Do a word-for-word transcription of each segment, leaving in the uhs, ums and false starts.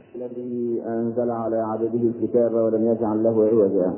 الذي أنزل على عبده الكتاب ولم يجعل له عوجا.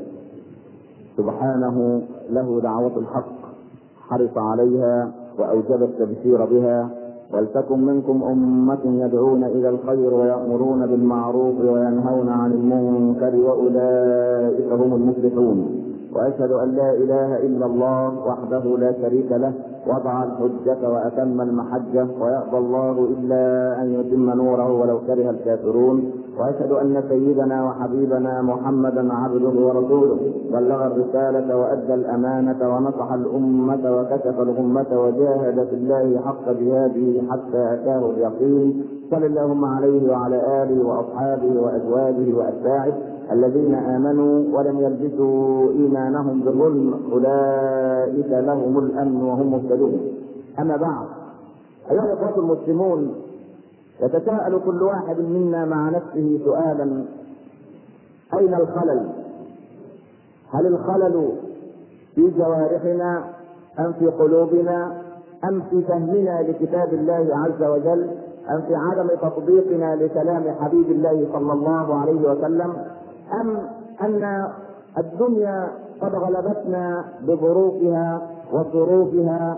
سبحانه له دعوة الحق حرص عليها وأوجب التبشير بها. ولتكن منكم أمة يدعون إلى الخير ويأمرون بالمعروف وينهون عن المنكر وأولئك هم المفلحون. وأشهد أن لا إله إلا الله وحده لا شريك له وضع الحجة وأتم المحجة ويأبى الله إلا أن يتم نوره ولو كره الكافرون. وأشهد أن سيدنا وحبيبنا محمدا عبده ورسوله بلغ الرسالة وأدى الأمانة ونصح الأمة وكشف الغمة وجاهد في الله حق جهاده حتى أتاه اليقين. صل اللهم عليه وعلى آله وأصحابه وأزواجه وأتباعه الذين آمنوا ولم يلبسوا إيمانهم بالظلم أولئك لهم الأمن وهم مهتدون. أما بعد، أيها الإخوة المسلمون، يتساءل كل واحد منا مع نفسه سؤالا: أين الخلل؟ هل الخلل في جوارحنا أم في قلوبنا أم في فهمنا لكتاب الله عز وجل أم في عدم تطبيقنا لكلام حبيب الله صلى الله عليه وسلم أم أن الدنيا قد غلبتنا بظروفها وظروفها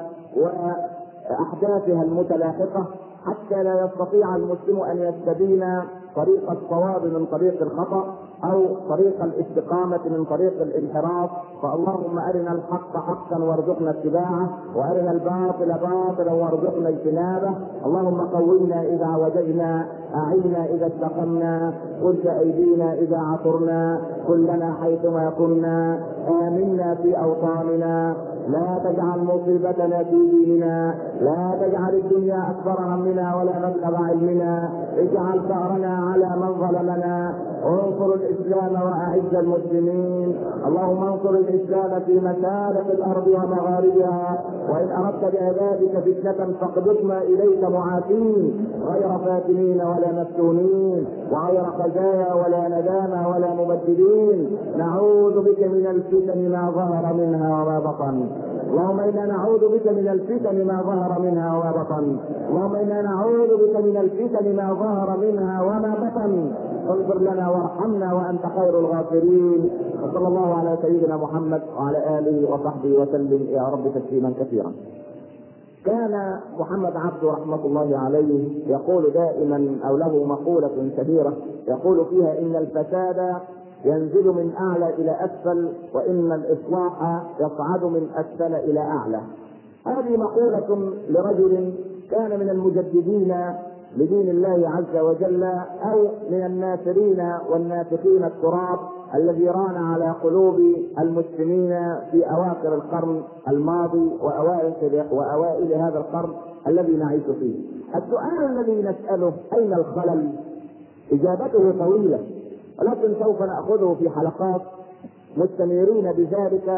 وأحداثها المتلاحقة حتى لا يستطيع المسلم أن يستبين طريق الصواب من طريق الخطأ أو طريق الاستقامة من طريق الانحراف. فاللهم أرنا الحق حقا وارزقنا اتباعه، وأرنا الباطل باطلا وارزقنا اجتنابه. اللهم قوينا إذا وجدنا، أعنا إذا استقمنا، خذ أيدينا إذا عثرنا، كلنا حيثما كنا، آمنا في أوطاننا، لا تجعل مصيبتنا في ديننا، لا تجعل الدنيا أكبر همنا ولا مبلغ علمنا، اجعل ثأرنا على من ظلمنا، انصر الإسلام وأعز المسلمين. اللهم انصر الإسلام في مشارق الأرض ومغاربها، وإن أردت بعبادك فتنة فاقبضنا إليك معافين غير فاتنين ولا مفتونين، وغير خزايا ولا ندامة ولا مبدلين. نعوذ بك من الفتن ما ظهر منها وما بطن. اللهم إنا نعوذ بك من الفتن ما ظهر منها وما بطن. اللهم إنا نعوذ بك من الفتن ما ظهر منها وما بطن. اغفر لنا وارحمنا وأنت خير الغافرين. وصلى الله على سيدنا محمد وعلى آله وصحبه وسلم يا رب تسليما كثيرا. كان محمد عبده رحمة الله عليه يقول دائما، أو له مقولة شهيرة يقول فيها: إن الفساد ينزل من أعلى إلى أسفل، وإن الإصلاح يصعد من أسفل إلى أعلى. هذه مقولة لرجل كان من المجددين لدين الله عز وجل، أو من الناصرين والنافخين التراب الذي ران على قلوب المسلمين في أواخر القرن الماضي وأوائل, وأوائل هذا القرن الذي نعيش فيه. السؤال الذي نسأله: أين الخلل؟ إجابته طويلة، ولكن سوف نأخذه في حلقات مستمرين بذلك،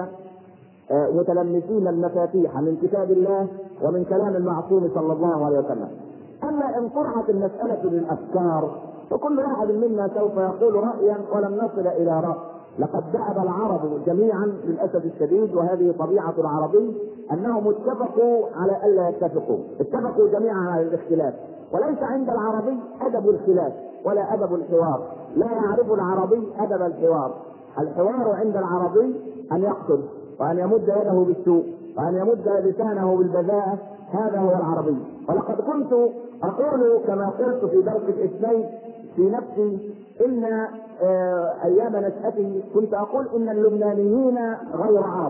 متلمسين المفاتيح من كتاب الله ومن كلام المعصوم صلى الله عليه وسلم. أما إن طرحت المسألة للأفكار فكل واحد منا سوف يقول رأيا ولن نصل إلى رأي. لقد ذهب العرب جميعا للأسف الشديد، وهذه طبيعة العربي، أنهم اتفقوا على ألا يتفقوا، اتفقوا جميعا على الاختلاف. وليس عند العربي أدب الخلاف ولا أدب الحوار، لا يعرف العربي أدب الحوار. الحوار عند العربي أن يقتل وأن يمد يده بالسوء وأن يمد لسانه بالبذاءة، هذا هو العربي. ولقد كنت أقول كما قلت في درس الاثنين في نفسي إن آه أيام نشأتي كنت أقول إن اللبنانيين غير عرب،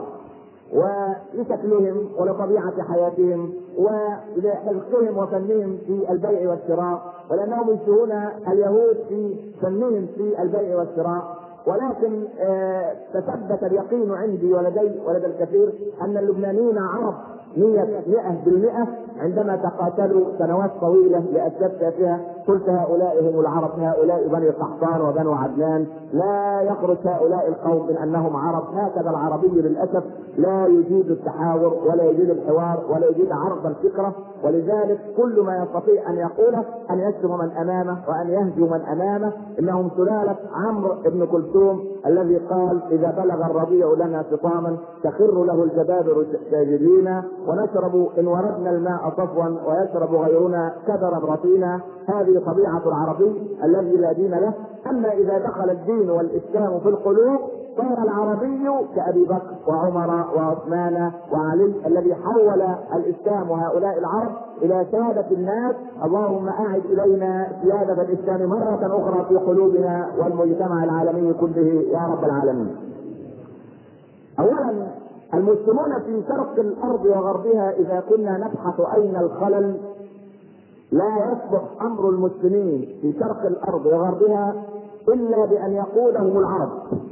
ولشكلهم ولطبيعة حياتهم ولحلقهم وفنهم في البيع والشراء، ولأنهم يشبهون اليهود في فنهم في البيع والشراء. ولكن آه تثبت اليقين عندي ولدي ولدى الكثير أن اللبنانيين عرب مئة مئة بالمئة عندما تقاتلوا سنوات طويلة لأسباب تافهة. قلت هؤلاء هم العرب، هؤلاء بني قحطان وبنو عدنان، لا يخرج هؤلاء القوم من أنهم عرب. هكذا العربي للأسف لا يجيد التحاور ولا يجيد الحوار ولا يجيد عرض الفكرة. ولذلك كل ما يستطيع أن يقوله أن يشتم من أمامه وأن يهجو من أمامه. إنهم سلالة عمرو بن كلثوم الذي قال: إذا بلغ الربيع لنا فطاما تخر له الجبابر ساجدين، ونشرب إن وردنا الماء صفوا ويشرب غيرنا كدر برطينا. هذه طبيعة العربي الذي لا دين له. أما إذا دخل الدين والإسلام في القلوب صار العربي كأبي بكر وعمر وعثمان وعلي الذي حول الإسلام وهؤلاء العرب إلى سادة الناس. اللهم أعد إلينا سيادة الإسلام مرة أخرى في قلوبنا والمجتمع العالمي كله يا رب العالمين. أولا، المسلمون في شرق الأرض وغربها إذا كنا نبحث أين الخلل، لا يصلح أمر المسلمين في شرق الأرض وغربها إلا بأن يقودهم العرب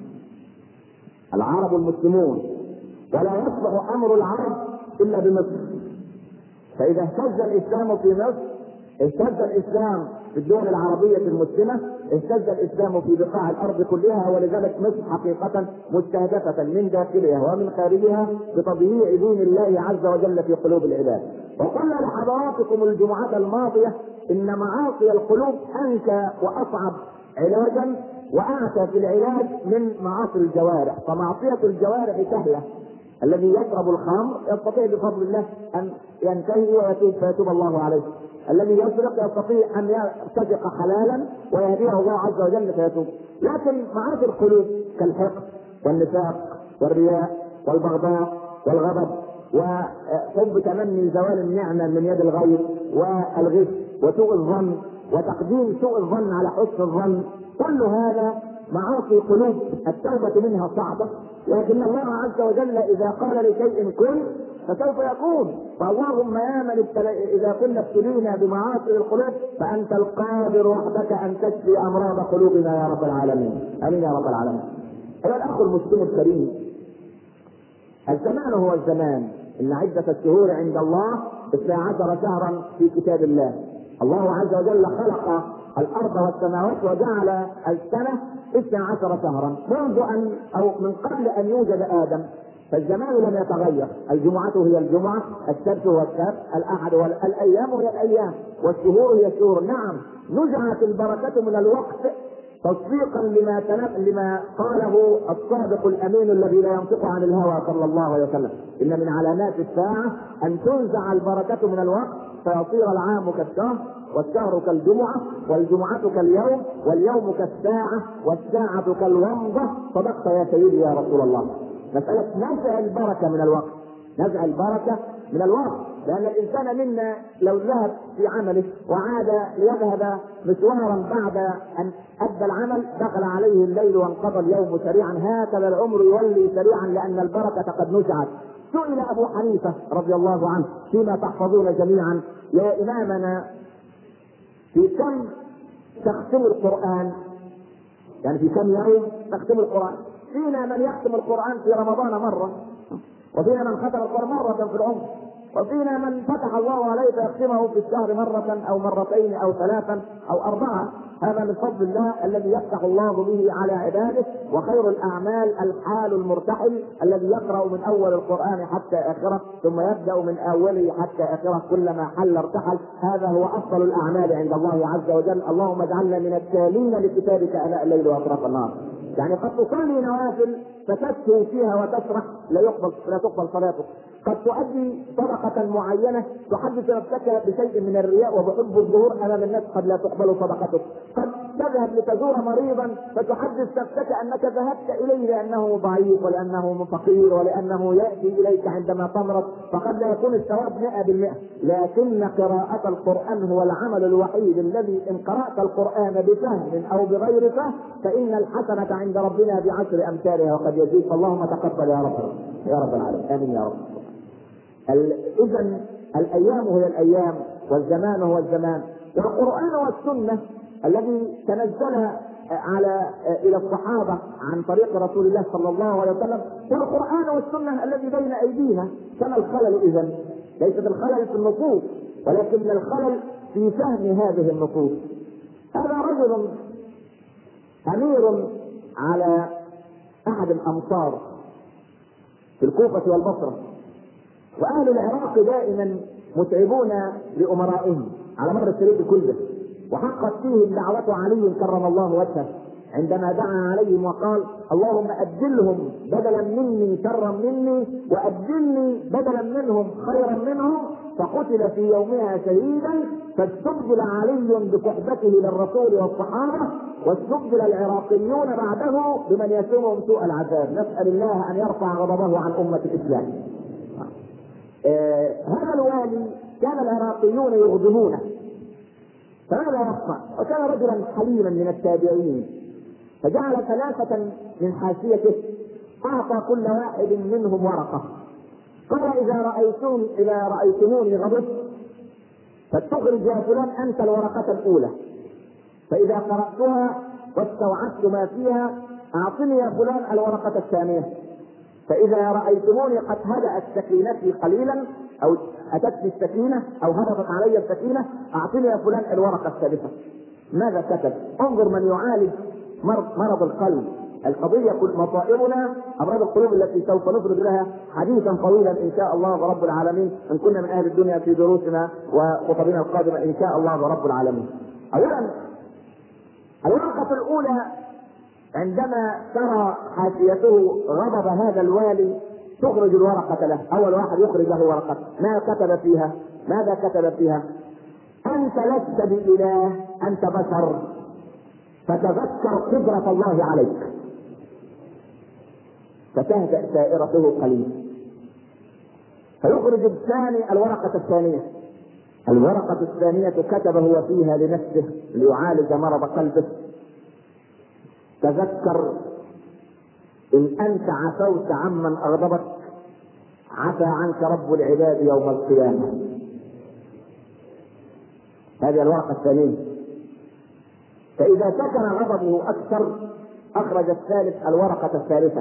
العرب المسلمون، ولا يصلح أمر العرب إلا بمصر. فإذا اهتز الإسلام في مصر اهتز الإسلام في الدول العربية المسلمة، اهتز الإسلام في بقاع الأرض كلها. ولذلك مصر حقيقة مستهدفة من داخلها ومن خارجها بتضييع دين الله عز وجل في قلوب العباد. وقلنا لحضراتكم الجمعة الماضية إن معاصي القلوب أنكى وأصعب علاجا وأعتى في العلاج من معاصي الجوارح. فمعصية الجوارح سهلة، الذي يشرب الخمر يستطيع بفضل الله ان ينتهي ويتوب فيتوب الله عليه، الذي يسرق يستطيع ان يرتزق حلالا ويهديه الله عز وجل فيتوب. لكن معاصي القلوب كالحقد والنفاق والرياء والبغضاء والغضب وحب تمني زوال النعمه من يد الغير والغش وسوء الظن وتقديم سوء الظن على حسن الظن، كل هذا معاصي قلوب التوبة منها صعبة. لكن الله عز وجل إذا قال لشيء كن فسوف يكون. فاللهم يا من إذا كنا ابتلينا بمعاصي القلوب فأنت القادر وحدك أن تشفي أمراض قلوبنا يا رب العالمين. آمين يا رب العالمين. أيها الأخ المسلم الكريم، الزمان هو الزمان. إن عدة الشهور عند الله اثنا عشر شهرا في كتاب الله. الله عز وجل خلق الأرض والسماوات وجعل السنة اثنا عشر شهرا منذ أن أو من قبل أن يوجد آدم. فالزمان لم يتغير، الجمعة هي الجمعة، السبت هو السبت، الأحد والأيام هي الأيام، والشهور هي الشهور. نعم، نزعت البركة من الوقت تصديقا لما لما قاله الصادق الامين الذي لا ينطق عن الهوى صلى الله عليه وسلم: ان من علامات الساعه ان تنزع البركه من الوقت فيصير العام كالشهر والشهر كالجمعه والجمعه كاليوم واليوم كالساعه والساعه كالومضه. صدقت يا سيدي يا رسول الله. مساله نزع البركه من الوقت، نزع البركه من الوقت، لأن الإنسان منا لو ذهب في عمله وعاد ليذهب مشوارا بعد أن أدى العمل دخل عليه الليل وانقضى اليوم سريعا. هكذا العمر يولي سريعا لأن البركة قد نزعت. سئل أبو حنيفة رضي الله عنه فيما تحفظون جميعا: يا إمامنا، في كم تختم القرآن؟ يعني في كم يوم تختم القرآن؟ فينا من يختم القرآن في رمضان مرة، وفينا من ختم القرآن مرة في العمر، وفينا من فتح الله عليه فيختمه في الشهر مرة أو مرتين أو ثلاثا أو أربعة. هذا من فضل الله الذي يفتح الله به على عباده. وخير الأعمال الحال المرتحل الذي يقرأ من أول القرآن حتى آخره ثم يبدأ من أوله حتى آخره، كلما حل ارتحل. هذا هو أفضل الأعمال عند الله عز وجل. اللهم اجعلنا من التالين لكتابك آناء الليل وأطراف النهار. يعني قد تصلي نوافل فتسهو فيها وتسرح لا يقبل لا تقبل صلاتك، قد تؤدي صدقة معينة تحدث نفسك بشيء من الرياء وبحب الظهور أمام الناس قد لا تقبل صدقتك، قد تذهب لتزور مريضا فتحدث نفسك أنك ذهبت إليه لأنه ضعيف ولأنه فقير ولأنه يأتي إليك عندما تمرض، فقد لا يكون الثواب مئة بالمئة. لكن قراءة القرآن هو العمل الوحيد الذي إن قرأت القرآن بفهم أو بغير فهم فإن الحسنة عند ربنا بعشر أمثالها وقد يزيد. اللهم تقبل يا رب يا رب العالمين. آمين يا رب. إذن الأيام هي الأيام والزمان هو الزمان. والقرآن والسنة الذي تنزل على إلى الصحابة عن طريق رسول الله صلى الله عليه وسلم والقرآن والسنة الذي بين أيدينا. كما الخلل إذن ليست الخلل في النصوص ولكن الخلل في فهم هذه النصوص. هذا رجل أمير على أحد الأمصار في الكوفة والبصرة، وأهل العراق دائما متعبون لأمرائهم على مر الشريف كله، وحقت فيهم دعوة علي كرم الله وجهه عندما دعا عليهم وقال: اللهم أبدلهم بدلا مني شرا مني وأبدلني بدلا منهم خيرا منهم فقتل في يومها شهيدا، فاستبدل علي بصحبته للرسول والصحابة، واستبدل العراقيون بعده بمن يسومهم سوء العذاب. نسأل الله أن يرفع غضبه عن أمة الإسلام. آه هذا الوالي كان العراقيون يغضبونه، فماذا يصنع؟ وكان رجلا حليما من التابعين، فجعل ثلاثة من حاشيته أعطى كل واحد منهم ورقة، قال إذا رأيتم إذا رأيتموني غضبت فتخرج يا فلان أنت الورقة الأولى، فإذا قرأتها واستوعبت ما فيها أعطني يا فلان الورقة الثانية، فإذا رأيتموني قد هدأت سكينتي قليلا أو أتتني السكينة أو هبطت علي السكينة أعطني يا فلان الورقة الثالثة. ماذا كتب؟ انظر من يعالج مرض, مرض القلب. القضية كل مصائبنا أمراض القلوب التي سوف نفرد لها حديثا طويلا إن شاء الله رب العالمين إن كنا من أهل الدنيا في دروسنا وخطبنا القادمة إن شاء الله رب العالمين. أولا الورقة الأولى عندما ترى حاشيته غضب هذا الوالي تخرج الورقة له، أول واحد يخرج له ورقة. ما كتب فيها؟ ماذا كتب فيها؟ أنت لست بإله، أنت بشر، فتذكر قدرة الله عليك. فتهدأ سائرته قليلا. فيخرج الثاني الورقة الثانية. الورقة الثانية كتب هو فيها لنفسه ليعالج مرض قلبه: تذكر إن أنت عفوت عمن أغضبك عفى عنك رب العباد يوم القيامة. هذه الورقة الثانية. فإذا سكن غضبه أكثر أخرج الثالث الورقة الثالثة: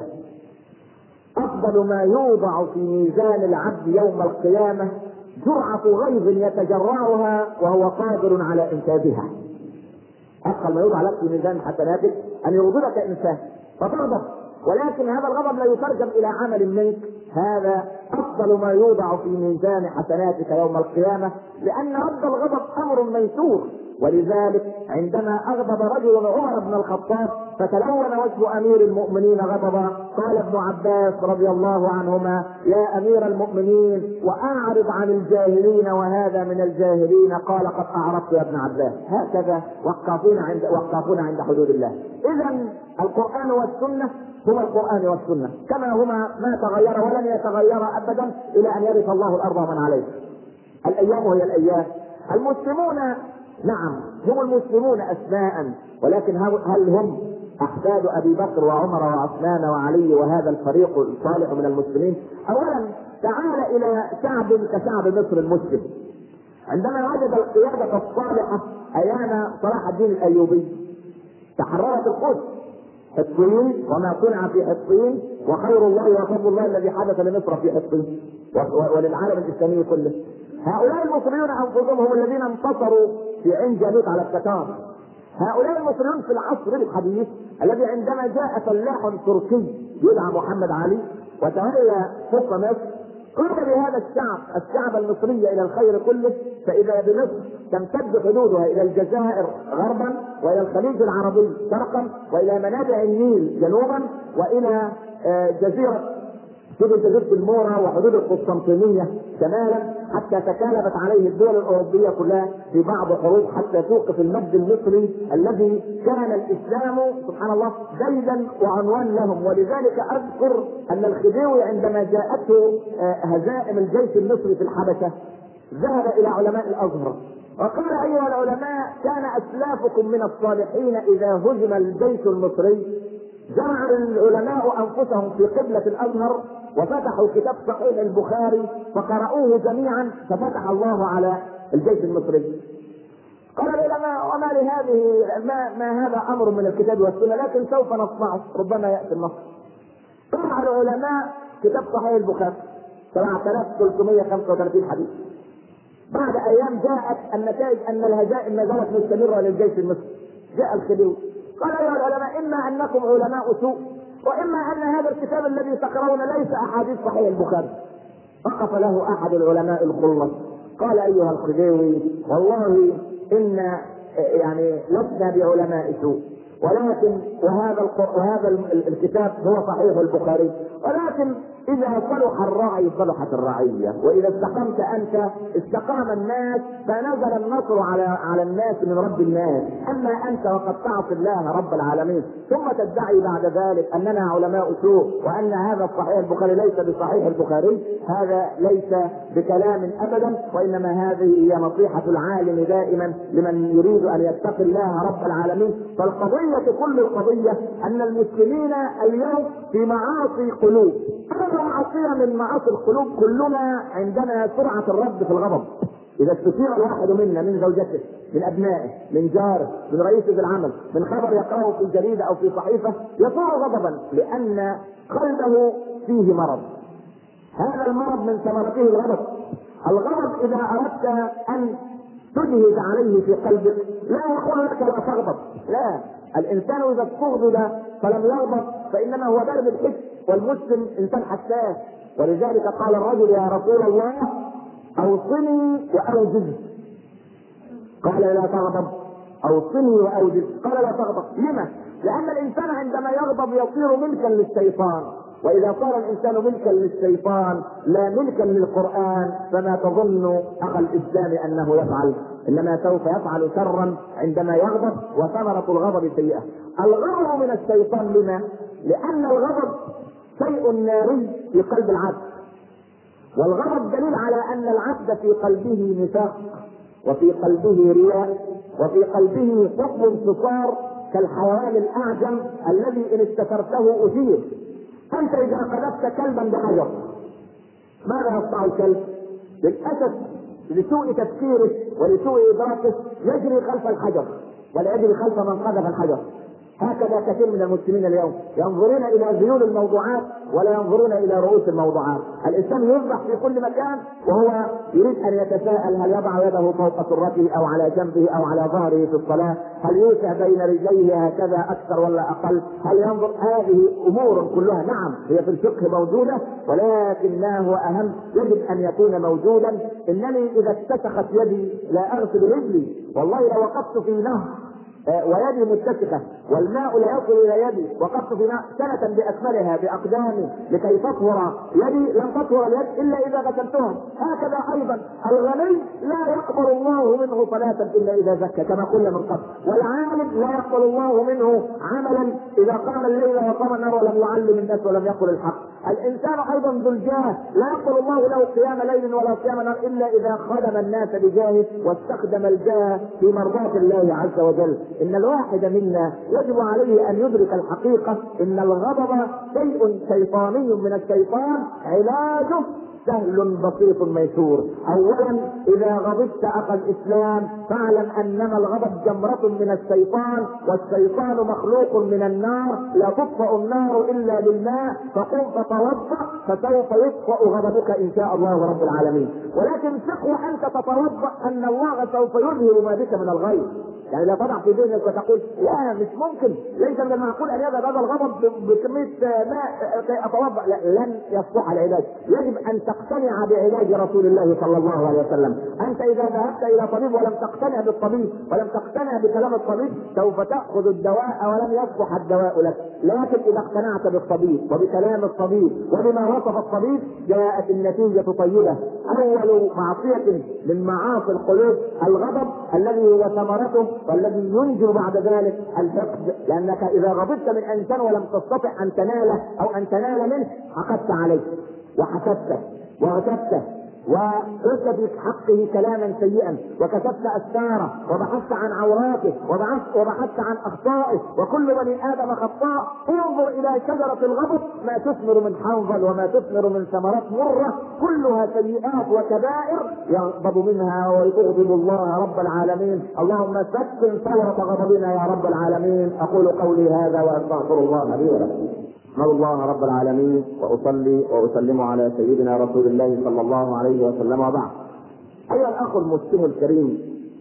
أفضل ما يوضع في ميزان العبد يوم القيامة جرعة غيظ يتجرعها وهو قادر على إنفاذها. أفضل ما يوضع لك في ميزان حسناتك أن يغضبك إنسان فتغضب، ولكن هذا الغضب لا يترجم إلى عمل منك. هذا أفضل ما يوضع في ميزان حسناتك يوم القيامة، لأن رد الغضب أمر ميسور. ولذلك عندما أغضب رجل عمر بن الخطاب فتلون وجه أمير المؤمنين غضبا، قال ابن عباس رضي الله عنهما: يا أمير المؤمنين وأعرض عن الجاهلين وهذا من الجاهلين. قال: قد أعرضت يا ابن عباس. هكذا وقفونا عند وقفونا عند حدود الله. إذا القرآن والسنة هما القرآن والسنة كما هما، ما تغير ولن يتغير أبدا إلى أن يرث الله الأرض ومن عليها. الأيام هي الأيام. المسلمون نعم هم المسلمون أسماء، ولكن هل هم أحفاد أبي بكر وعمر وعثمان وعلي وهذا الفريق الصالح من المسلمين؟ أولا تعال إلى شعب كشعب مصر المسلم، عندما وجد القيادة الصالحة أيام صلاح الدين الأيوبي تحررت القدس. حطين وما صنع في حطين وخير الله وفضل الله الذي حدث لمصر في حطين وللعالم الإسلامي كله. هؤلاء المصريون أنفسهم هم الذين انتصروا في عين جالوت على التتار. هؤلاء المصريون في العصر الحديث الذي عندما جاء فلاح تركي يدعى محمد علي وتولى حكم مصر قام بهذا الشعب الشعب المصري الى الخير كله، فاذا بمصر تمتد حدودها الى الجزائر غربا والى الخليج العربي شرقا والى منابع النيل جنوبا والى جزيره شبه جزيره المورا وحدود القسطنطينيه شمالا، حتى تكالبت عليه الدول الاوروبيه كلها في بعض حروب حتى توقف المجد المصري الذي كان الاسلام سبحان الله زيدا وعنوان لهم. ولذلك اذكر ان الخديوي عندما جاءته هزائم الجيش المصري في الحبشه ذهب الى علماء الازهر وقال: ايها العلماء، كان اسلافكم من الصالحين اذا هزم الجيش المصري جمع العلماء انفسهم في قبلة الازهر وفتحوا كتاب صحيح البخاري فقرأوه جميعا ففتح الله على الجيش المصري. قال العلماء: وما لهذه ما, ما هذا امر من الكتاب والسنة، لكن سوف نصنعه ربما يأتي النصر. قرأ العلماء كتاب صحيح البخاري سبعة آلاف وثلاثمائة وخمسة وثلاثين حديث. بعد ايام جاءت النتائج ان الهزائم ما زالت مستمرة للجيش المصري. جاء الخديوي قال: ايها العلماء، اما انكم علماء سوء واما ان هذا الكتاب الذي تقرؤون ليس احاديث صحيح البخاري. وقف له احد العلماء الخلص قال: ايها الخديوي، والله ان يعني لسنا بعلماء سوء، ولكن وهذا وهذا الكتاب هو صحيح البخاري، ولكن اذا صلح الراعي صلحت الرعيه، واذا استقمت انت استقام الناس، فنزل النصر على على الناس من رب الناس. اما انت وقد تعصي الله رب العالمين ثم تدعي بعد ذلك اننا علماء سوء وان هذا الصحيح البخاري ليس بصحيح البخاري، هذا ليس بكلام ابدا، وانما هذه هي نصيحه العالم دائما لمن يريد ان يتقي الله رب العالمين. فالقضيه كل القضيه ان المسلمين اليوم في معاصي قلوب، انا معصيه من معاصي القلوب. كلنا عندنا سرعه الرد في الغضب. اذا استثير الواحد منا من زوجته، من ابنائه، من جاره، من رئيس العمل، من خبر يقراه في الجريده او في صحيفه، يصير غضبا لان قلبه فيه مرض. هذا المرض من ثمرته الغضب. الغضب اذا اردت ان تجهز عليه في قلبك لا يقول لك لا تغضب، لا، الانسان اذا استغضب فلم يغضب فانما هو بارد الحس، والمسلم انسان حساس. ولذلك قال الرجل يا رسول الله اوصني واوجز، قال لا تغضب. اوصني واوجز، قال لا تغضب. لما؟ لان الانسان عندما يغضب يصير ملكا للشيطان، واذا صار الانسان ملكا للشيطان لا ملكا للقران، فما تظن اخا الاسلام انه يفعل؟ انما سوف يفعل شرا عندما يغضب، وثمرة الغضب سيئة. الغضب من الشيطان. لما؟ لان الغضب شيء ناري في قلب العبد، والغضب دليل على ان العبد في قلبه نفاق، وفي قلبه رياء، وفي قلبه حكم انتصار كالحيوان الاعجم الذي ان استثرته اثير. انت اذا قذفت كلبا بحجر ماذا يصنع الكلب؟ للاسف لسوء تفكيره ولسوء ادراكه يجري خلف الحجر ولا يجري خلف من قذف الحجر. هكذا كثير من المسلمين اليوم ينظرون الى ذيول الموضوعات ولا ينظرون الى رؤوس الموضوعات. الانسان يذبح في كل مكان وهو يريد ان يتساءل هل يضع يده فوق سرته او على جنبه او على ظهره في الصلاه، هل يوسع بين رجليه هكذا اكثر ولا اقل، هل ينظر. هذه امور كلها نعم هي في الفقه موجوده، ولكن ما هو اهم يجب ان يكون موجودا. انني اذا اتسخت يدي لا اغسل رجلي، والله لو وقفت في نهر ويدي متسخة والماء لا يصل الى يدي، وقفت في ماء سنة باكملها باقدامي لكي تطهر يدي، لم تطهر اليد الا اذا غسلتها. هكذا ايضا الغني لا يقبل الله منه صلاة الا اذا زكى كما قلنا من قبل، والعالم لا يقبل الله منه عملا اذا قام الليل وقام النهار ولم يعلم الناس ولم يقل الحق. الانسان ايضا ذو الجاه لا يقبل الله له قيام ليل ولا قيام نهار الا اذا خدم الناس بجاهه واستخدم الجاه في مرضاة الله عز وجل. ان الواحد منا يجب عليه ان يدرك الحقيقة ان الغضب شيء شيطاني من الشيطان، علاجه سهل بسيط ميسور. اولا اذا غضبت اخا الاسلام فاعلم انما الغضب جمرة من الشيطان، والشيطان مخلوق من النار، لا تطفأ النار الا بالماء، فقم فتوضأ فسوف يطفأ غضبك ان شاء الله رب العالمين. ولكن ثق وانت تتوضأ ان الله سوف يذهب ما بك من الغيظ. يعني لا تضع في ذهنك وتقول لا مش ممكن، ليس من المعقول ان يذهب هذا الغضب بكمية ماء كي اتوضأ، لا، لن يصلح العلاج. يجب ان تقتنع بعلاج رسول الله صلى الله عليه وسلم. انت اذا ذهبت الى طبيب ولم تقتنع بالطبيب ولم تقتنع بكلام الطبيب سوف تاخذ الدواء ولن يصلح الدواء لك. لكن اذا اقتنعت بالطبيب وبكلام الطبيب وبما وصف الطبيب جاءت النتيجة طيبة. اول معصية من معاصي القلوب الغضب الذي هو ثمرته والذي ينجو بعد ذلك الحقد، لانك اذا غضبت من انسان ولم تستطع ان تناله او ان تنال منه حقدت عليه وحسدته واغتبته وقلت في حقه كلاما سيئا وكتبت اسراره وبحثت عن عوراته وبحثت, وبحثت عن اخطائه، وكل بني ادم خطاء. انظر الى شجرة الغضب ما تثمر من حنظل وما تثمر من ثمرات مرة، كلها سيئات وكبائر يغضب منها ويغضب الله رب العالمين. اللهم سكن ثورة غضبنا يا رب العالمين. اقول قولي هذا واستغفر الله لي ولكم. احمد الله رب العالمين واصلي واسلم على سيدنا رسول الله صلى الله عليه وسلم. وبعد، ايها الاخ المسلم الكريم،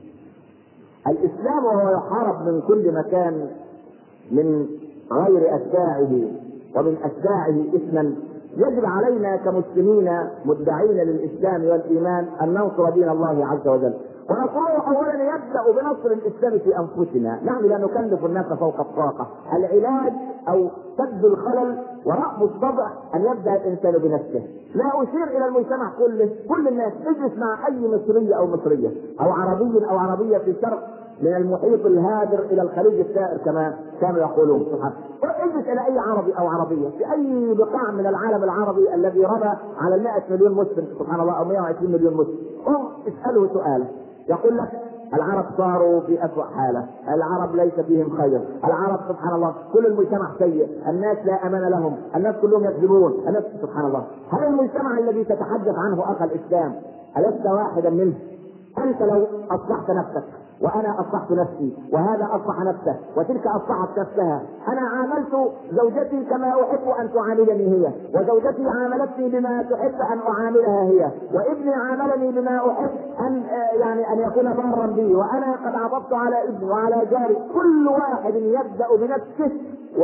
الاسلام وهو يحارب من كل مكان من غير اتباعه ومن اتباعه اثما، يجب علينا كمسلمين مدعين للاسلام والايمان ان ننصر دين الله عز وجل. ونصره اولا يبدا بنصر الاسلام في انفسنا، نحن لا نكلف الناس فوق الطاقه. العلاج او سد الخلل ورأب الطبع ان يبدا الانسان بنفسه. لا اشير الى المجتمع كله، كل الناس. اجلس مع اي مصريه او مصريه او عربي او عربيه في الشرق من المحيط الهادر الى الخليج السائر كما كانوا يقولون، سبحان الله. اجلس الى اي عربي او عربيه في اي بقاع من العالم العربي الذي ربى على المائة مليون مسلم، سبحان الله، او مائة وعشرين مليون مسلم، قم اساله سؤاله يقول لك العرب صاروا في أسوأ حالة، العرب ليس فيهم خير، العرب سبحان الله كل المجتمع سيء، الناس لا أمان لهم، الناس كلهم يكذبون، الناس سبحان الله. هذا المجتمع الذي تتحدث عنه أخ الإسلام ألست واحدا منه؟ أنت لو أصلحت نفسك وأنا أصلحت نفسي وهذا أصلح نفسه وتلك أصلحت نفسها، أنا عاملت زوجتي كما أحب أن تعاملني هي، وزوجتي عاملتني بما تحب أن أعاملها هي، وابني عاملني بما أحب أن يعني أن يكون بارا بي، وأنا قد عطفت على ابني وعلى جاري. كل واحد يبدأ بنفسه،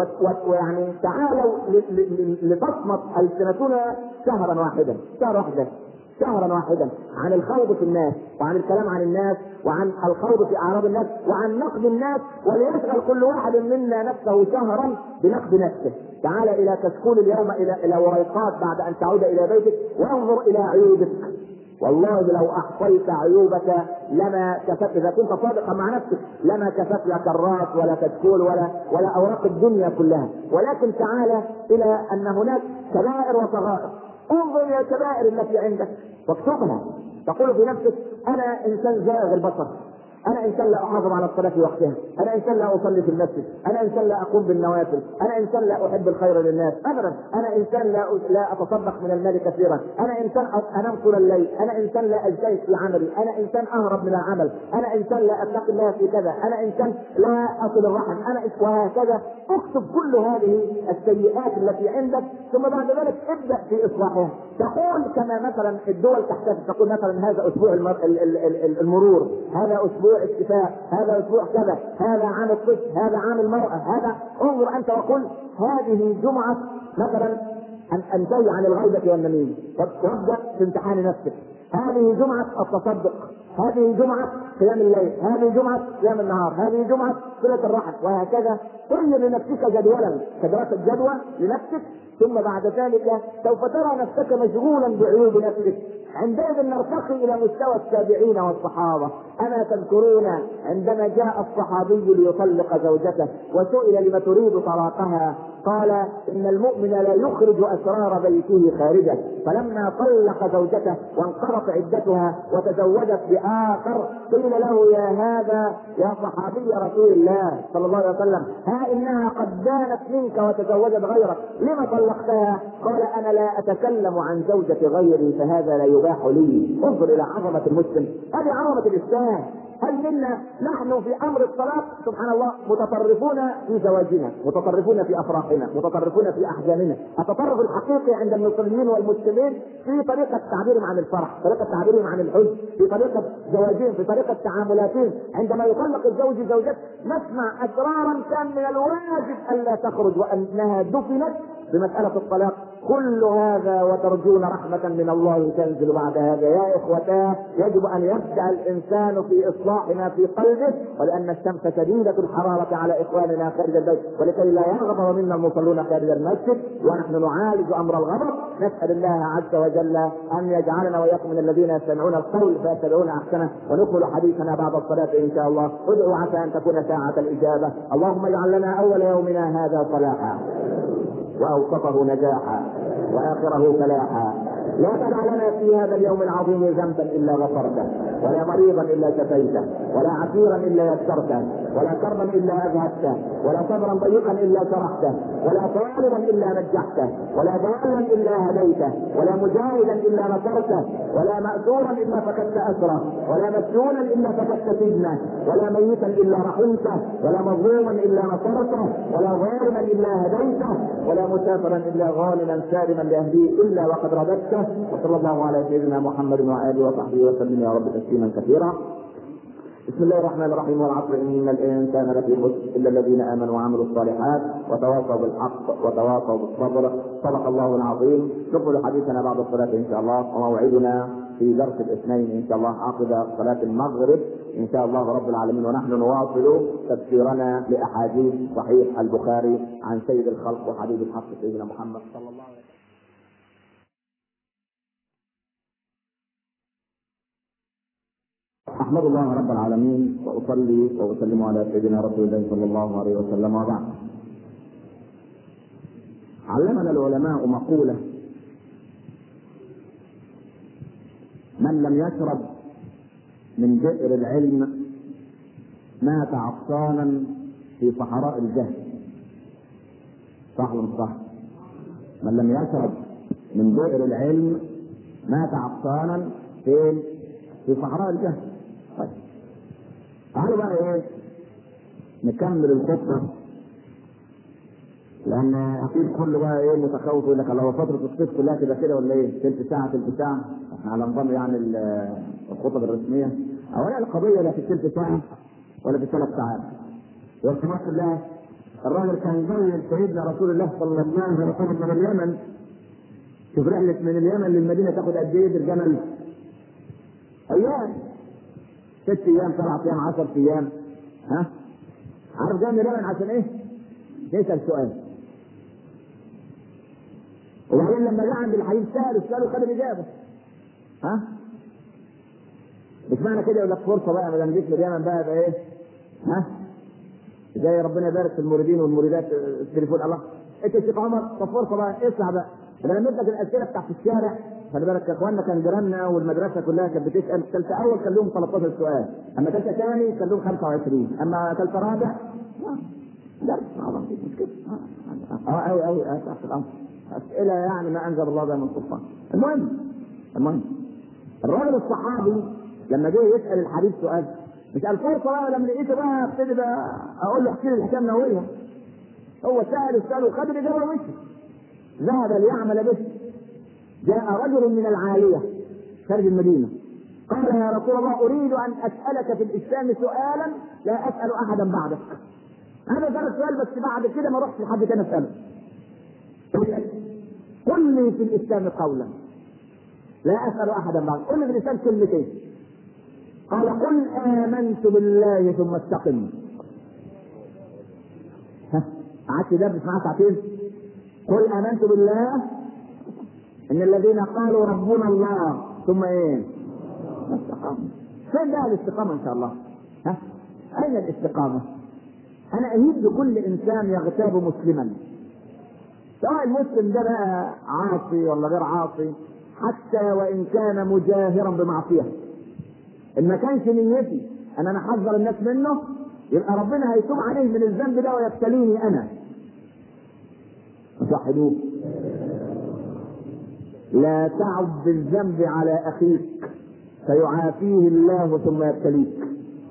ويعني تعالوا لتصمت ألسنتنا شهرا واحدا، شهر واحدا شهرا واحدا عن الخوض في الناس وعن الكلام عن الناس وعن الخوض في اعراض الناس وعن نقد الناس، وليشغل كل واحد منا نفسه شهرا بنقد نفسه. تعال الى كشكول اليوم الى الى وريقات بعد ان تعود الى بيتك وانظر الى عيوبك. والله لو احصيت عيوبك لما كفت، اذا كنت صادقا مع نفسك لما كفت لا كرات ولا كشكول ولا ولا اوراق الدنيا كلها. ولكن تعال الى ان هناك كبائر وصغائر. انظر الى الكبائر التي عندك واكتبها. تقول في نفسك انا انسان زائغ البصر، انا انسان لا احافظ على الصلاه في وقتها، انا انسان لا اصلي في المسجد، انا انسان لا اقوم بالنوافل، انا انسان لا احب الخير للناس ابدا، انا انسان لا لا اتصدق من المال كثيرا، انا انسان انام طول الليل، انا انسان لا اجتهد في عملي، انا انسان اهرب من العمل، انا انسان لا اتقي الله في كذا، انا انسان لا اصل الرحم، انا وهكذا. اكتب كل هذه السيئات التي عندك، ثم بعد ذلك ابدا في اصلاحها. تقول كما مثلا الدول تحتاج، تقول مثلا هذا اسبوع المرور، هذا اسبوع الشفاء، هذا اسبوع كذا، هذا عام الطفل، هذا عام المرأة، هذا. انظر انت وقل هذه جمعة مثلا ان انتهي عن الغيبة والنميمة، وابدأ في امتحان نفسك. هذه جمعة التصدق، هذه جمعة قيام الليل، هذه جمعة قيام النهار، هذه جمعة صلة الرحم، وهكذا. طي لنفسك جدولا كدراسة جدوى لنفسك، ثم بعد ذلك سوف ترى نفسك مشغولا بعيوب نفسك. عندئذ نرتقي الى مستوى التابعين والصحابه. اما تذكرون عندما جاء الصحابي ليطلق زوجته وسئل لم تريد طلاقها، قال ان المؤمن لا يخرج اسرار بيته خارجه. فلما طلق زوجته وانقضت عدتها وتزوجت باخر قيل له يا هذا يا صحابي رسول الله صلى الله عليه وسلم، ها انها قد دانت منك وتزوجت غيرك، لما طلقتها؟ قال انا لا اتكلم عن زوجة غيري فهذا لا يباح لي. انظر الى عظمة المسلم، هذه عظمة الاسلام. هل منا نحن في امر الصلاة سبحان الله متطرفون في زواجنا، متطرفون في افراحنا، متطرفون في احزاننا. التطرف الحقيقي عند المصريين والمسلمين في طريقة تعبيرهم عن الفرح، طريقة تعبيرهم عن الحزن، في طريقة زواجهم، في طريقة تعاملاتهم. عندما يطلق الزوج زوجته نسمع اسرارا كان من الواجب الا تخرج وانها دفنت بمسألة الطلاق. كل هذا وترجون رحمة من الله تنزل بعد هذا. يا إخوتاه يجب أن يبدأ الإنسان في إصلاح ما في قلبه، ولأن الشمس شديدة الحرارة على إخواننا خارج البيت، ولكي لا يغضب منا المصلون خارج المسجد ونحن نعالج أمر الغضب. نسأل الله عز وجل أن يجعلنا وإياكم من الذين يستمعون القول فيتبعون أحسنه. ونكمل حديثنا بعد الصلاة إن شاء الله. ادعوا عسى أن تكون ساعة الإجابة. اللهم اجعل لنا أول يومنا هذا صلاحا، وأوسطه نجاحا، وآخره فلاحا. لا تدع لنا في هذا اليوم العظيم ذنبا إلا غفرته، ولا مريضا إلا شفيته، ولا عسيرا إلا يسرته، ولا كربا إلا أذهبته، ولا صبرا ضيقا إلا شرحته، ولا طالبا إلا نجحته، ولا ضالا إلا هديته، ولا مجاهدا إلا نصرته، ولا مأسورا إلا فكدت أسره، ولا مسجونا إلا فكدت سجنه، ولا ميتا إلا رحمته، ولا مظلوما إلا نصرته، ولا ظالما إلا هديته، ولا مسافرا إلا غانما سالما لأهليه إلا وقد رددته. وصلى الله على سيدنا محمد وآله وصحبه وسلم يا رب تسليما كثيرا. بسم الله الرحمن الرحيم. والعصر ان الانسان لفي خسر الا الذين امنوا وعملوا الصالحات وتواصوا بالحق وتواصوا بالصبر. صدق الله العظيم. نكمل حديثنا بعد الصلاه ان شاء الله، وموعدنا في درس الاثنين ان شاء الله عقب صلاه المغرب ان شاء الله رب العالمين، ونحن نواصل تفسيرنا لاحاديث صحيح البخاري عن سيد الخلق وحبيب الحق سيدنا محمد صلى الله عليه وسلم. احمد الله رب العالمين واصلي واسلم على سيدنا رسول الله صلى الله عليه وسلم، وبعد. علمنا العلماء مقوله: من لم يشرب من بئر العلم مات عطشانا في صحراء الجهل. صح ولا مش صح؟ من لم يشرب من بئر العلم مات عطشانا فين؟ في صحراء الجهل. طيب تعالوا بقى ايه نكمل الخطه، لان اكيد كله بقى ايه متخوف يقول لك الله فتره الصيف كلها تبقى كده ولا ايه؟ تلت ساعه تلت ساعه، احنا على نظام يعني الخطب الرسميه. اولا القضيه لا في التلت ساعه ولا في الثلاث ساعات. والحمد لله الراجل كان جاي سيدنا رسول الله صلى الله عليه وسلم من اليمن. شوف رحله من اليمن للمدينه تاخد قد ايه بالجمل؟ ايام، ست ايام سبعة ايام عشر ايام. ها عارف جاي من اليمن عشان ايه؟ نسال سؤال. وبعدين لما جه عند الحديث سال ساله خد الاجابه. ها مش معنى كده يقول لك فرصه بقى ما دام جيت من اليمن بقى يبقى ايه؟ ها زي ربنا يبارك في المريدين والمريدات التليفون الله انت يا شيخ عمر طب فرصه بقى اطلع بقى. لما نبدا الاسئله بتاعت الشارع خلي بالك يا اخوانا، كان جيراننا والمدرسه كلها كانت بتسال. ثالثه اول كان لهم ثلاثة عشر سؤال، اما ثالثه ثاني كان لهم خمسة وعشرين، اما ثالثه رابع درس ما فيش مشكله. اه قوي قوي تحت الامر اسئله يعني ما انزل الله بها من سلطان. المهم المهم الراجل الصحابي لما جه يسال الحبيب سؤال مش قال فرصه بقى، لما لقيته بقى ابتدي بقى اقول له احكي لي الحكايه النوويه. هو سال السؤال وخد الاجابه ومشي. ذهب ليعمل به. جاء رجل من العاليه خارج المدينه قال يا رسول الله اريد ان اسالك في الاسلام سؤالا لا اسال احدا بعدك. انا سالت سؤال بس بعد كده ما رحت لحد تاني اساله. قل لي في الاسلام قولا لا اسال احدا بعدك. قل لي في الاسلام كلمتين. قال قل امنت بالله ثم استقم. ها قعدت تدرس معاه ساعتين. قل امنت بالله ان الذين قالوا ربنا الله ثم ايه؟ استقاموا. فين بقى الاستقامه ان شاء الله؟ ها اين الاستقامه؟ انا اهيب بكل انسان يغتاب مسلما، سواء المسلم ده بقى عاصي ولا غير عاصي، حتى وان كان مجاهرا بمعصيه. ان ما كانش نيتي ان انا احذر الناس منه يبقى ربنا هيتوب عليه من الذنب ده ويبتليني انا. صحدوه لا تعد بالذنب على اخيك فيعافيه الله ثم يبتليك.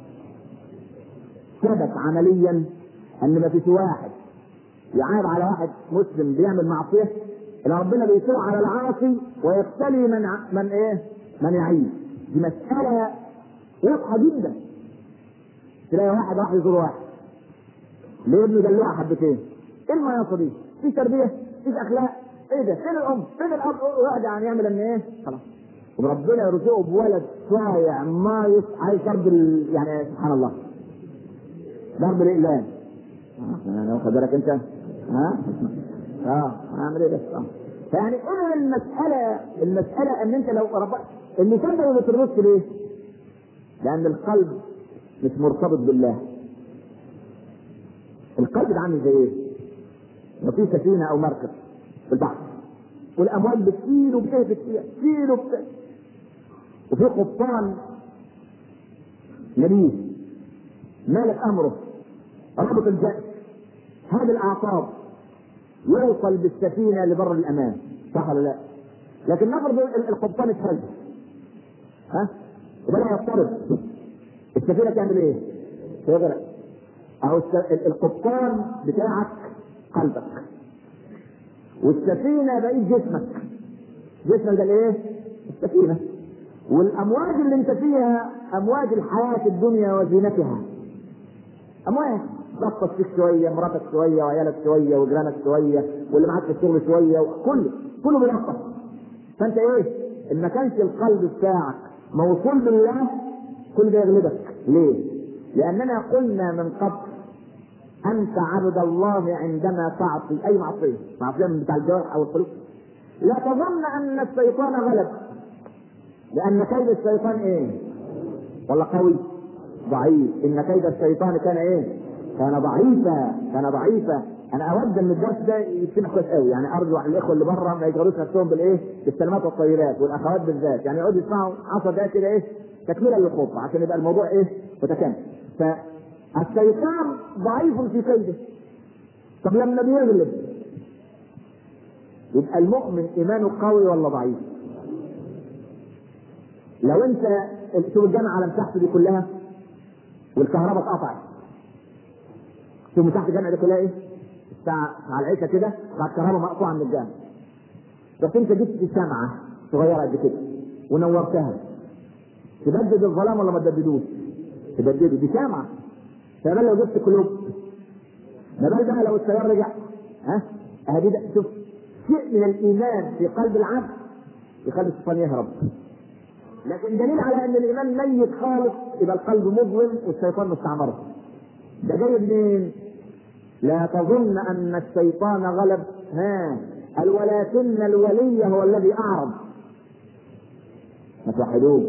ثبت عمليا ان ما فيش واحد يعاب على واحد مسلم بيعمل معصيه ان ربنا بيتوب على العاصي ويبتلي من ع... من ايه؟ من يعيب. دي مساله واضحه جدا. تلاقي واحد راح يزور واحد ليه ابنه دلوعه حبتين، ايه المياصه دي؟ في تربيه؟ في اخلاق؟ ايه ده؟ فين الام؟ فين الاب؟ واحد يعني يعمل ان ايه؟ خلاص وربنا يرزقه بولد صايع مايص عايز ضرب ال... يعني سبحان الله ضرب الاقلام. انا واخد بالك انت؟ ها؟ اه هعمل ايه بس؟ اه يعني ايه المساله؟ المساله ان انت لو ربنا اللي كان ما بتربطش ليه؟ لان القلب مش مرتبط بالله. القلب ده عامل زي ايه؟ لو في سفينه او مركب في البحر والامواج بتسيل وبتهبط فيها تسيل وبت... وفي قبطان نبيه مالك امره ربط الجأش هذه الاعصاب يوصل بالسفينه لبر الامان، صح ولا لا؟ لكن نفرض القبطان اتهز ها وبدا يضطرب، السفينه تعمل ايه؟ تغرق. اهو القبطان بتاعك قلبك والسفينه بقيت جسمك. جسمك ده الايه؟ السفينه. والامواج اللي انت فيها امواج الحياه الدنيا وزينتها، امواج ضغطت فيك شويه، مراتك شويه، وعيالك شويه، وجيرانك شويه، واللي معاك في الشغل شويه، وكله كله بيضغط. فانت ايه؟ ان ما كانش القلب بتاعك موصول بالله كل ده يغلبك. ليه؟ لاننا قلنا من قبل انت عبد الله عندما تعصي اي معصيه، معصيه من بتاع الجوارح او القلوب، لا تظن ان الشيطان غلب، لان كيد الشيطان ايه؟ ولا قوي؟ ضعيف. ان كيد الشيطان كان ايه؟ كان ضعيفا، كان ضعيفا. انا اود ان الدرس ده يتسمع كويس قوي، يعني ارجو على الاخوه اللي بره ما يشغلوش نفسهم بالايه؟ بالكلمات والطيبات، والاخوات بالذات يعني يقعدوا يسمعوا عشر دقائق كده ايه؟ تكمله للخطبه عشان يبقى الموضوع ايه؟ متكامل. فالشيطان ضعيف في كيده. طب لما بيغلب يبقى المؤمن ايمانه قوي ولا ضعيف؟ لو انت شوف الجامعه على مساحته دي كلها والكهرباء اتقطعت، شوف مساحه الجامعه دي كلها ايه؟ الساعه على العشاء كده بعد الكهرباء مقطوعه من الجامعه، بس انت جبت شمعه صغيره قد كده ونورتها، تبدد الظلام ولا ما تبددوش؟ تبدده، دي شمعه. فما لو جبت قلوب، ما بال بقى لو التيار رجع، ها؟ اهدي ده شوف شيء من الايمان في قلب العبد يخلي الشيطان يهرب. لكن دليل على ان الايمان ميت خالص يبقى القلب مظلم والشيطان مستعمره. ده جاي منين؟ لا تظن ان الشيطان غلب، ها؟ ولكن الولي هو الذي اعرض. ما توحدوه.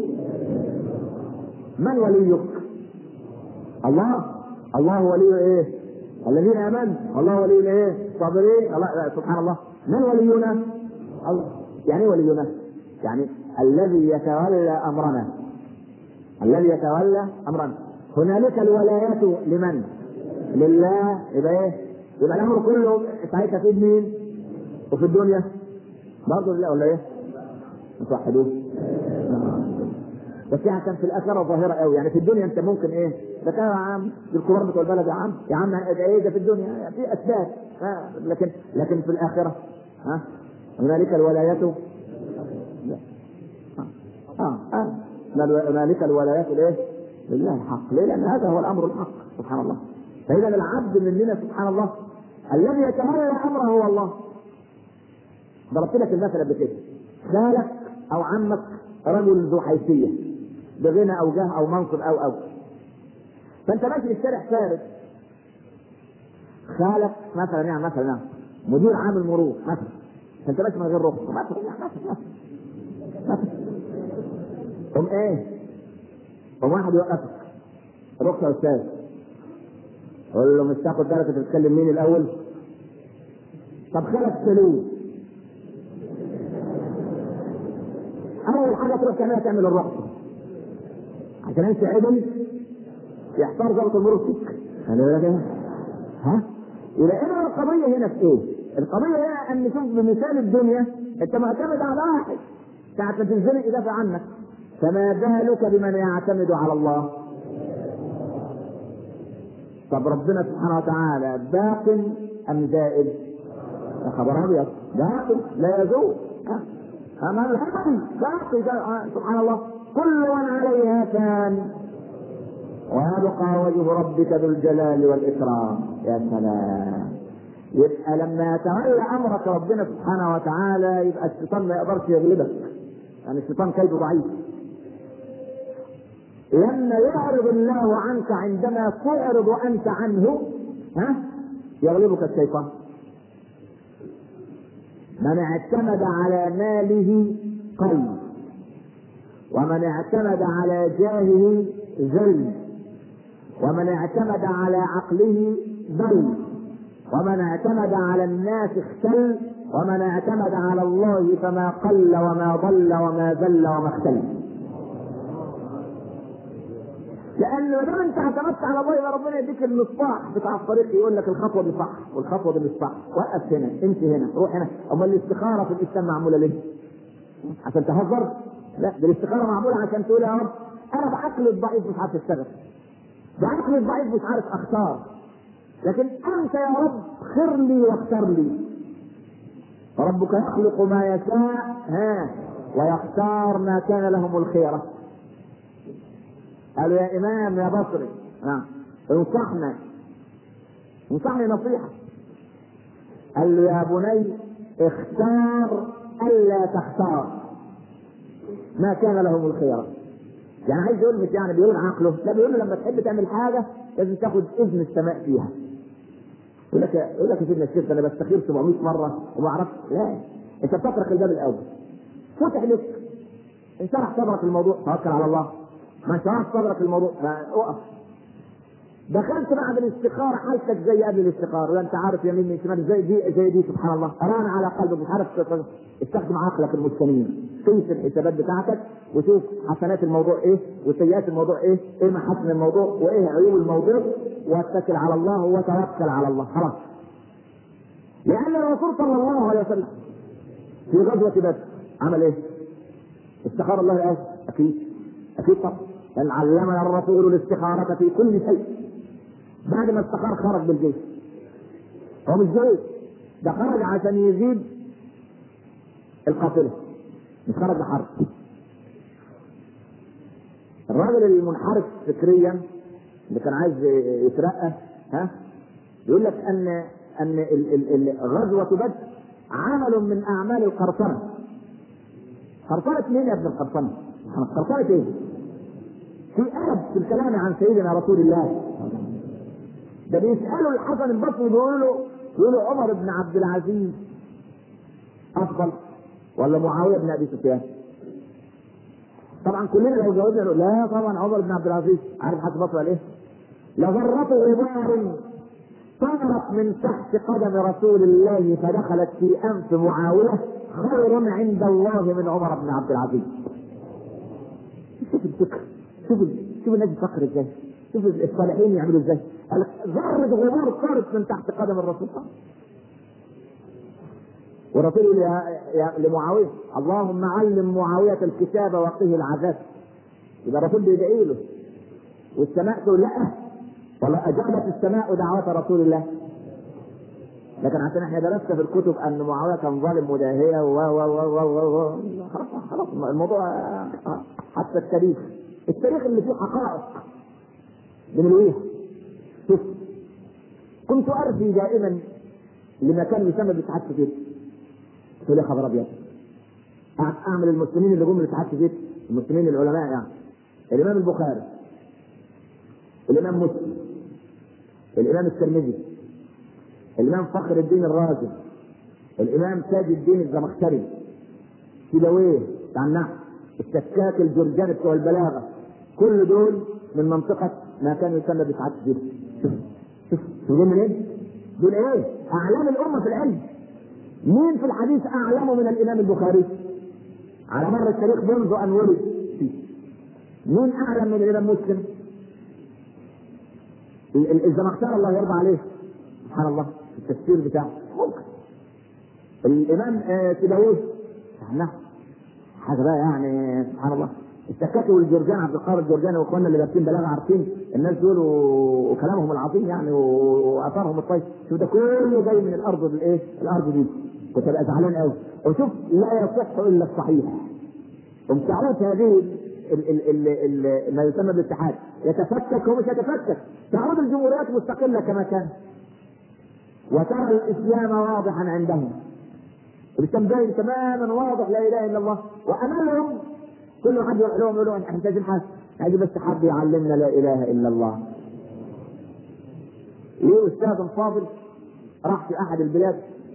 من وليك؟ الله. الله ولي ايه؟ الذين امنوا. الله ولي ايه؟ صابرين. الله سبحان الله. من ولينا؟ الله. يعني ايه ولينا؟ يعني الذي يتولى امرنا، الذي يتولى امرنا. هنالك الولايات لمن؟ لله. يبقى ايه؟ يبقى الامر كله ساعتها في مين؟ وفي الدنيا برضه لله ولا ايه؟ توحدوه. بس يعني كان في الاخره ظاهره قوي، يعني في الدنيا انت ممكن ايه؟ ده كان يا عم الكبار بتوع البلد يا عم يا عم ايه ده في الدنيا يعني في اسباب، لكن لكن في الاخره ها هنالك الولايات لا اه اه هنالك الولايات الايه؟ لله الحق. ليه؟ لان هذا هو الامر الحق سبحان الله. فاذا العبد مننا سبحان الله الذي يتولى امره هو الله. ضربت لك المثل قبل كده، خالك او عمك رجل ذو حيثيه بغنى او جاه او منصب او او فانت ماشي في الشارع ثابت، خالك مثلا يعني مثلا يعني مدير عام المرور مثلا، فانت ماشي من غير رخصه مثلا يعني مثلا مثلا قوم ايه؟ قوم واحد يوقفك رخصه يا استاذ، قول له مش تاخد بالك انت بتتكلم مين الاول؟ طب خالك سلوك، اول حاجه تروح تعملها تعمل الرخصه عشان انت عدل يحتار ضابط المرور فيك. خلي بالك ايه؟ ها؟ يبقى ايه القضيه هنا في ايه؟ القضيه هنا ان شوف بمثال الدنيا انت معتمد على واحد ساعه ما تنزلق يدافع عنك، فما بالك بمن يعتمد على الله؟ طب ربنا سبحانه وتعالى باق ام زائد؟ يا خبر ابيض، باق لا يزول. ها؟ أما الحقي باقي سبحان الله. كل من عليها فان ويبقى وجه ربك ذو الجلال والإكرام. يا سلام. يبقى لما يتولى أمرك ربنا سبحانه وتعالى يبقى الشيطان ما يقدرش يغلبك، يعني الشيطان كيده ضعيف. لما يعرض الله عنك عندما تعرض أنت عنه ها يغلبك الشيطان. من اعتمد على ماله قل، ومن اعتمد على جاهه ذل، ومن اعتمد على عقله ضل، ومن اعتمد على الناس اختل، ومن اعتمد على الله فما قل وما ضل وما ذل وما اختل. لأن ما دام انت اعتمدت على الله يبقى ربنا يديك المصباح بتاع الطريق يقول لك الخطوه دي صح والخطوه دي مش صح، وقف هنا، امشي هنا، روح هنا. امال الاستخاره في الاسلام معموله ليه؟ عشان تهزر؟ لا، دي الاستخاره معموله عشان تقول يا رب انا بعقلي الضعيف مش عارف اشتغل، بعقلي الضعيف مش عارف اختار، لكن انت يا رب خر لي واختار لي. ربك يخلق ما يشاء ها ويختار ما كان لهم الخيرة. قالوا يا إمام يا بصري نعم انصحنا انصحني نصيحة. قال له يا بني اختار ألا تختار ما كان لهم الخيرة. يعني عايز يقول مش يعني بيقول عقله، لا بيقول له لما تحب تعمل حاجة لازم تاخد إذن السماء فيها. يقول لك يقول لك يا سيدنا الشيخ انا بستخير سبعمائة مرة وما اعرفش. لا، انت بتطرق الباب الاول فتح لك، انشرح صدرك الموضوع توكل على الله، ما انشرحش صدرك الموضوع اقف. دخلت بعد الاستخاره حالتك زي قبل الاستخاره، ولا انت عارف يمين من شمال زي دي زي دي سبحان الله، ران على قلبك مش عارف. استخدم عقلك المستنير، قيس الحسابات بتاعتك وشوف حسنات الموضوع ايه وسيئات الموضوع ايه، ايه محاسن الموضوع وايه عيوب الموضوع، واتكل على الله وتوكل على الله خلاص. لان الرسول صلى الله عليه وسلم في غزوه بدر عمل ايه؟ استخار الله ايه؟ اكيد اكيد طبعا، ان علمنا الرسول الاستخاره في كل شيء. بعد ما استخار خرج بالجيش، هو مش جيش ده، خرج عشان يزيد القافله، مش خرج لحرب. الراجل المنحرف فكريا اللي كان عايز يترقى ها يقول لك ان ان غزوه بدر عمل من اعمال القرصنه. قرصنه مين يا ابن القرصنه؟ قرصنه ايه؟ في ادب في الكلام عن سيدنا رسول الله. ده بيسالوا الحسن البصري بيقولوا له بيقولوا عمر بن عبد العزيز افضل ولا معاويه بن ابي سفيان؟ طبعا كلنا لو جاوبنا نقول لا طبعا عمر بن عبد العزيز. عارف حسن البصري قال ايه؟ لذرة غبار طارت من تحت قدم رسول الله فدخلت في انف معاويه خير عند الله من عمر بن عبد العزيز. شوف الفكر، شوف شوف الناس بتفكر ازاي، شوف الصالحين يعملوا ازاي. ذرة غبار طارت من تحت قدم الرسول. والرسول يقول يا لمعاويه اللهم علم معاويه الكتاب وقه العذاب. يبقى الرسول بيدعي له والسماء تقول لا، ولا اجابت السماء دعوه رسول الله. لكن عشان احنا درسنا في الكتب ان معاويه كان ظالم مداهيه و و و و و خلاص خلاص الموضوع. حتى التاريخ التاريخ اللي فيه حقائق بنلويها. شوف كنت ارجي دائما لمكان يسمى بالاتحاد السوفيتي. تقول لي خبر ابيض اعمل المسلمين اللي جم الاتحاد السوفيتي، المسلمين العلماء يعني الامام البخاري، الامام مسلم، الامام الترمذي، الامام فخر الدين الرازي، الامام تاج الدين الزمخشري، سيبويه بتاع النحو، السكاك الجرجاني بتوع البلاغه، كل دول من منطقه ما كان يسمى بالاتحاد السوفيتي. شوف شوف دول من ايه؟ دول ايه؟ اعلام الامه في العلم. مين في الحديث اعلم من الامام البخاري على مر التاريخ منذ ان ولد؟ مين اعلم من الامام مسلم؟ الزمخشري الله يرضى عليه سبحان الله في التفسير بتاعه ممكن. الامام سيبويه نعم حاجه بقى يعني سبحان الله. السكاكي والجرجاني عبد القادر الجرجاني واخواننا اللي لابسين بلاغه عارفين الناس دول وكلامهم العظيم يعني واثارهم الطيب. شوف ده كله جاي من الارض الايه؟ الارض دي. كنت ابقى زعلان قوي وشوف لا يصح الا الصحيح. ومتعود هذه ال ال ال ال ما يسمى بالاتحاد يتفكك ومش يتفكك. تعود الجمهوريات مستقله كما كان وترى الاسلام واضحا عندهم. الاسلام باين تماما واضح لا اله الا الله. وامامهم كل واحد يروح لهم يقول لهم احنا محتاجين حاجه، عايز بس حد يعلمنا لا اله الا الله. ليه استاذ فاضل راح في احد البلاد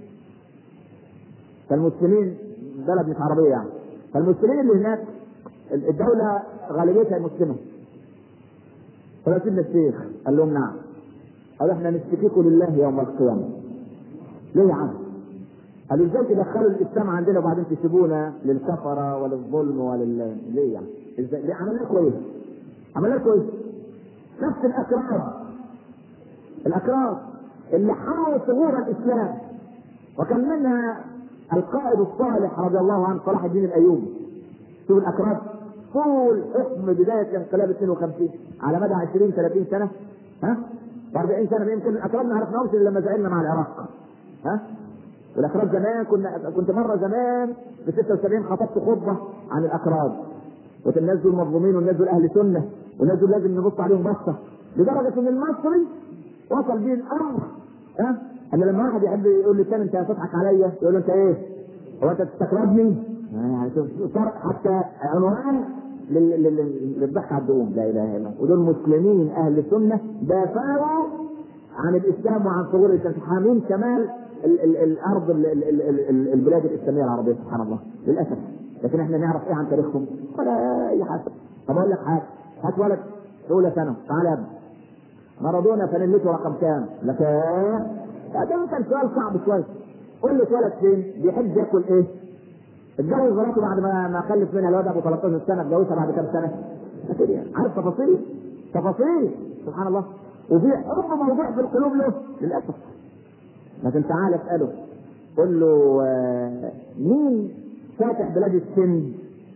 فالمسلمين بلد مش عربيه يعني، فالمسلمين اللي هناك الدوله غالبيتها مسلمه. فقال سيدنا الشيخ قال لهم نعم. قالوا احنا نشتكيكم لله يوم القيامه. ليه يا عم؟ قالوا ازاي تدخلوا الاسلام عندنا وبعدين تسيبونا للكفره وللظلم ولل ليه يعني؟ ازاي؟ ليه عملنا كويس؟ عملنا كويس. نفس الاكرام الاكرام اللي حموا ثغور الاسلام وكان منها القائد الصالح رضي الله عنه صلاح الدين الايوبي. شوف الاكرام طول حكم بدايه انقلاب اثنين وخمسين على مدى عشرين ثلاثين سنه ها أربعين سنه يمكن الاكرام ما عرفناهمش الا لما زعلنا مع العراق ها والاكراد زمان كنا كنت مره زمان في ستة وسبعين خطبت خطبه عن الاكراد، والناس دول مظلومين والناس دول اهل سنه والناس دول لازم نبص عليهم بصه، لدرجه ان المصري وصل بيه الامر ها ان لما واحد يحب يقول للثاني انت هتضحك عليا يقول له انت ايه؟ هو انت تستقربني؟ يعني حتى عنوان للضحك على الدقوم. لا اله الا الله. ودول مسلمين اهل سنه دافعوا عن الاسلام وعن ثغور الاسلام، حامين شمال ال ال الارض ال ال ال ال البلاد الاسلاميه العربيه سبحان الله للاسف. لكن احنا نعرف ايه عن تاريخهم ولا اي حاجه. طب اقول لك حاجه، هات ولد في اولى ثانوي تعالى يا ابني مارادونا فنلته رقم كام؟ لك ده كان سؤال صعب شويه. قول له اتولد فين؟ بيحب ياكل ايه؟ اتجوز مراته بعد ما ما خلف منها الواد ابو ثلاثة عشر سنه، اتجوزها بعد كام سنه؟ عارف تفاصيل تفاصيل سبحان الله. وفي حب موضوع في القلوب له للاسف. لكن تعالى اساله قل له آه مين فاتح بلاد السند؟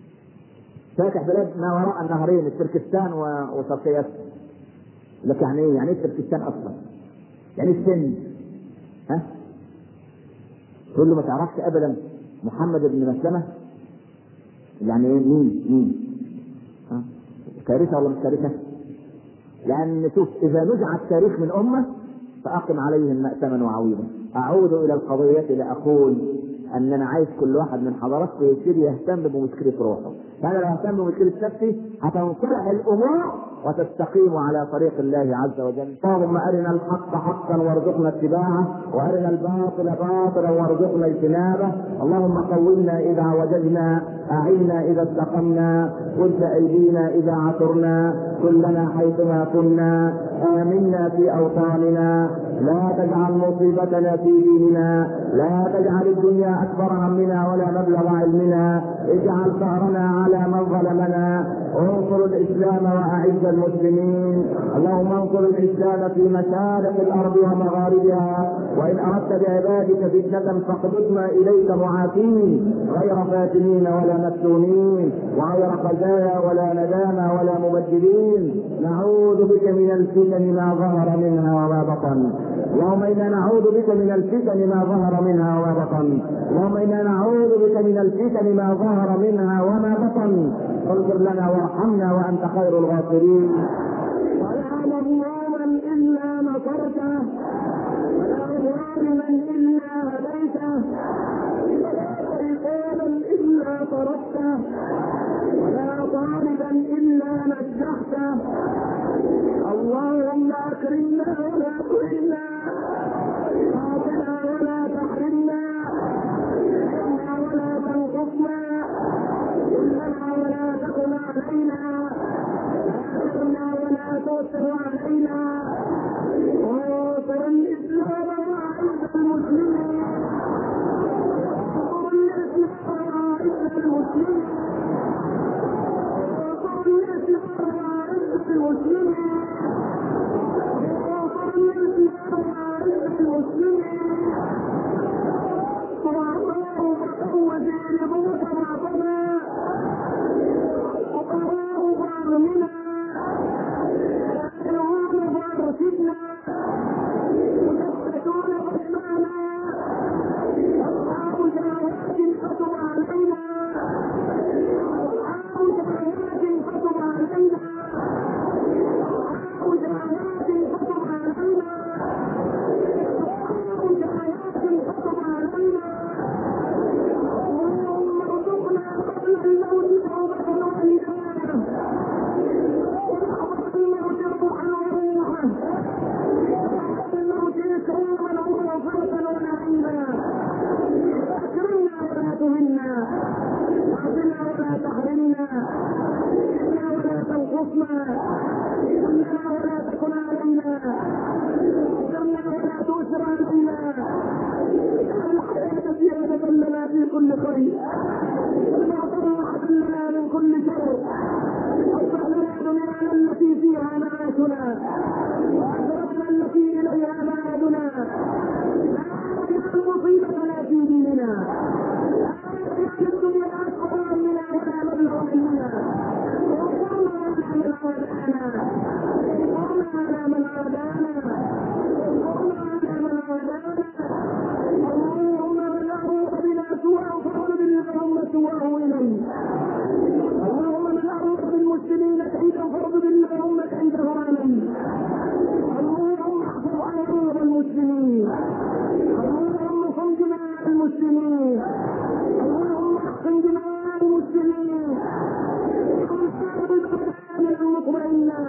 فاتح بلاد ما وراء النهرين تركستان وتركيا. لك يعني ايه؟ يعني ايه تركستان اصلا؟ يعني السند ها؟ تقول له ما تعرفش ابدا محمد بن مسلمه؟ يعني ايه؟ مين مين؟ ها؟ كارثه ولا مش كارثه؟ لان شوف اذا نزع التاريخ من امه فاقم عليهم مأتما وعويضا. اعود الى القضيه لاقول ان انا عايز كل واحد من حضراتكم يصير يهتم بمشكله روحه. فانا لو اهتم بمشكله نفسي هتنصلح الامور وتستقيم على طريق الله عز وجل. اللهم ارنا الحق حقا وارزقنا اتباعه، وارنا الباطل باطلا وارزقنا اجتنابه. اللهم قومنا اذا وجدنا، اعنا اذا استقمنا، خذ ايدينا اذا عثرنا، كلنا حيثما كنا، امنا في اوطاننا، لا تجعل مصيبتنا في ديننا، لا تجعل الدنيا اكبر همنا ولا مبلغ علمنا، اجعل ثارنا على من ظلمنا، وانصر الاسلام واعز المسلمين. اللهم انصر الاسلام في مشارق الارض ومغاربها، وان اردت بعبادك فتنه فاقبضنا اليك معافين غير فاتنين ولا مفتونين، وغير خزايا ولا ندامى ولا مبدلين. نعوذ بك من الفتن ما ظهر منها وما بطن. اللهم انا نعوذ بك من الفتن ما ظهر منها وما بطن. اللهم انا نعوذ بك من الفتن ما ظهر منها وما بطن. اغفر لنا وارحمنا وانت خير الغافرين. ولا مظلوما الا نصرته، ولا ظالما الا هديته، ولا شيطانا الا طردته، ولا طالبا الا نجحته. اللهم اكرمنا ولا تهنا، اعطنا ولا تحرمنا، اكرمنا ولا تنقصنا، كلنا ولا تكن علينا، اكرمنا ولا تؤثر علينا، وانصر الاسلام واعز المسلمين، انصر الاسلام واعز المسلمين، انصر الاسلام واعز المسلمين، انصر الاسلام واعز المسلمين. وعطاه وزير رضوك معطنا، وقراه فارمنا، الوان فارشدنا، ويفتشون رحمانا، اصحاب شهوات كتب علينا، اصحاب شهوات كتب علينا، اصحاب شهوات كتب علينا، اصحاب شهوات كتب علينا. اللهم ارزقنا قبل الموت توبة وإنابة، ولحظة الموت روحا وروحا، ولحظة الموت إكراما ومغفرة ونعيما. أكرمنا ولا تهنا، واعطنا ولا تحرمنا، زدنا ولا تنقصنا، كلنا ولا تكن علينا، اكرمنا ولا تؤثر علينا. الحياة زيادة لنا في كل خير، والموت راحة لنا من كل شر. اصلح لنا دنيانا التي فيها معاشنا، واخرتنا التي اليها معادنا. لا تجعل مصيبتنا في ديننا، لا تجعل الدنيا اكبر همنا ولا مبلغ علمنا. وانصرنا على من عادانا، وانصرنا على من عادانا، وانصرنا على من عادانا. اللهم اللهم احفظ اعراض المسلمين، اللهم صن دماء المسلمين، اللهم احقن دماء المسلمين، المطمئنة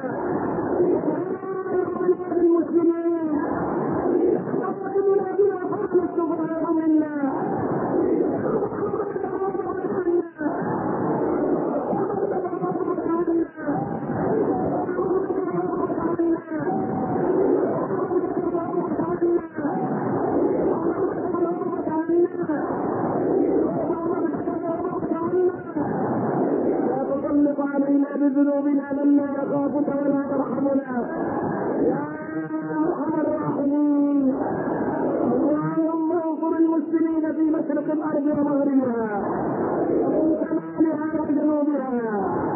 المسلمين، احفظنا بما فضل السفهاء منا، علينا بذنوبنا من لا يخافك ولا يرحمنا يا ارحم الراحمين. اللهم انصر المسلمين في مشرق الارض ومغربها ومن شمالها وجنوبها